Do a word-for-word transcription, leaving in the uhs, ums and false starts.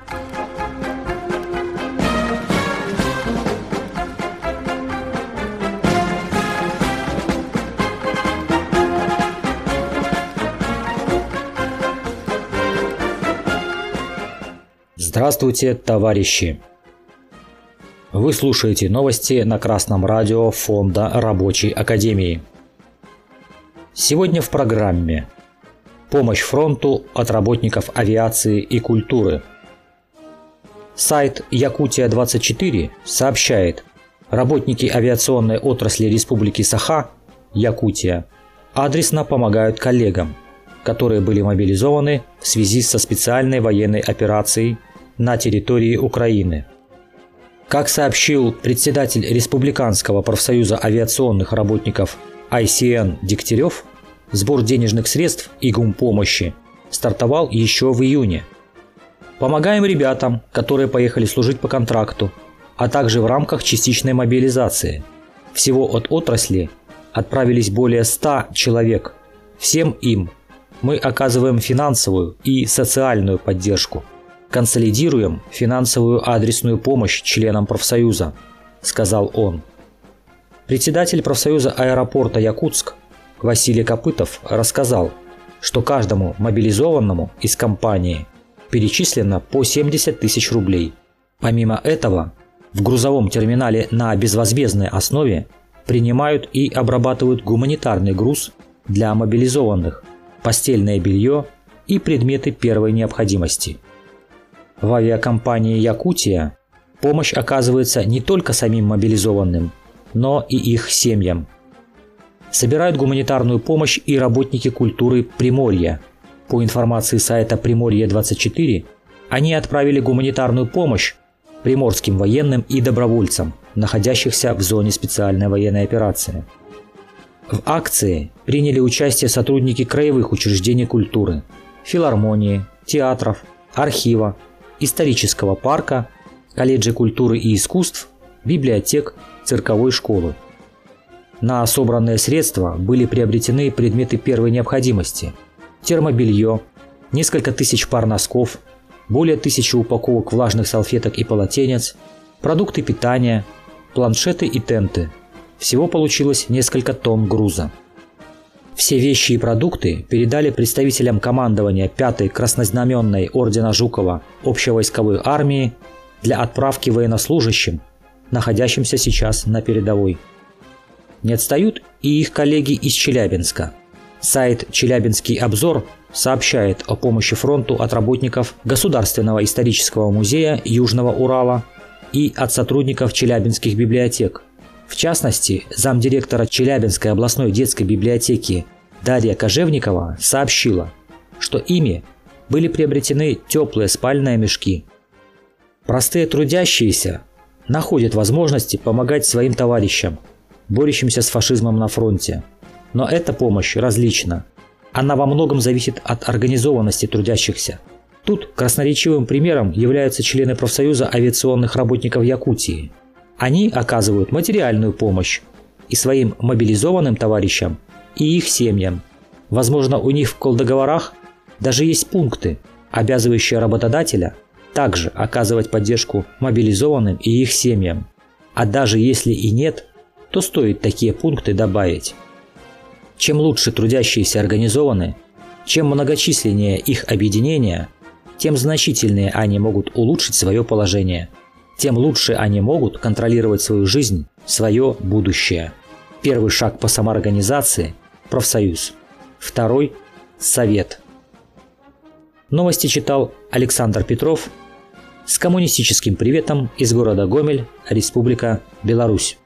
Здравствуйте, товарищи! Вы слушаете новости на Красном радио Фонда Рабочей Академии. Сегодня в программе «Помощь фронту от работников авиации и культуры». Сайт Якутия двадцать четыре сообщает, работники авиационной отрасли Республики Саха, Якутия, адресно помогают коллегам, которые были мобилизованы в связи со специальной военной операцией на территории Украины. Как сообщил председатель Республиканского профсоюза авиационных работников ай си эн Дегтярев, сбор денежных средств и гумпомощи стартовал еще в июне. Помогаем ребятам, которые поехали служить по контракту, а также в рамках частичной мобилизации. Всего от отрасли отправились более ста человек. Всем им мы оказываем финансовую и социальную поддержку. Консолидируем финансовую адресную помощь членам профсоюза, сказал он. Председатель профсоюза аэропорта Якутск Василий Копытов рассказал, что каждому мобилизованному из компании перечислено по семьдесят тысяч рублей. Помимо этого, в грузовом терминале на безвозмездной основе принимают и обрабатывают гуманитарный груз для мобилизованных, постельное белье и предметы первой необходимости. В авиакомпании «Якутия» помощь оказывается не только самим мобилизованным, но и их семьям. Собирают гуманитарную помощь и работники культуры Приморья. По информации сайта Приморье двадцать четыре, они отправили гуманитарную помощь приморским военным и добровольцам, находящихся в зоне специальной военной операции. В акции приняли участие сотрудники краевых учреждений культуры, филармонии, театров, архива, исторического парка, колледжа культуры и искусств, библиотек, цирковой школы. На собранные средства были приобретены предметы первой необходимости: термобелье, несколько тысяч пар носков, более тысячи упаковок влажных салфеток и полотенец, продукты питания, планшеты и тенты. Всего получилось несколько тонн груза. Все вещи и продукты передали представителям командования пятой краснознаменной ордена Жукова общевойсковой армии для отправки военнослужащим, находящимся сейчас на передовой. Не отстают и их коллеги из Челябинска. Сайт «Челябинский обзор» сообщает о помощи фронту от работников Государственного исторического музея Южного Урала и от сотрудников челябинских библиотек. В частности, замдиректора Челябинской областной детской библиотеки Дарья Кожевникова сообщила, что ими были приобретены теплые спальные мешки. Простые трудящиеся находят возможности помогать своим товарищам, борющимся с фашизмом на фронте. Но эта помощь различна. Она во многом зависит от организованности трудящихся. Тут красноречивым примером являются члены профсоюза авиационных работников Якутии. Они оказывают материальную помощь и своим мобилизованным товарищам, и их семьям. Возможно, у них в колдоговорах даже есть пункты, обязывающие работодателя также оказывать поддержку мобилизованным и их семьям. А даже если и нет, то стоит такие пункты добавить. Чем лучше трудящиеся организованы, чем многочисленнее их объединения, тем значительнее они могут улучшить свое положение. Тем лучше они могут контролировать свою жизнь, свое будущее. Первый шаг по самоорганизации – профсоюз. Второй – совет. Новости читал Александр Петров с коммунистическим приветом из города Гомель, Республика Беларусь.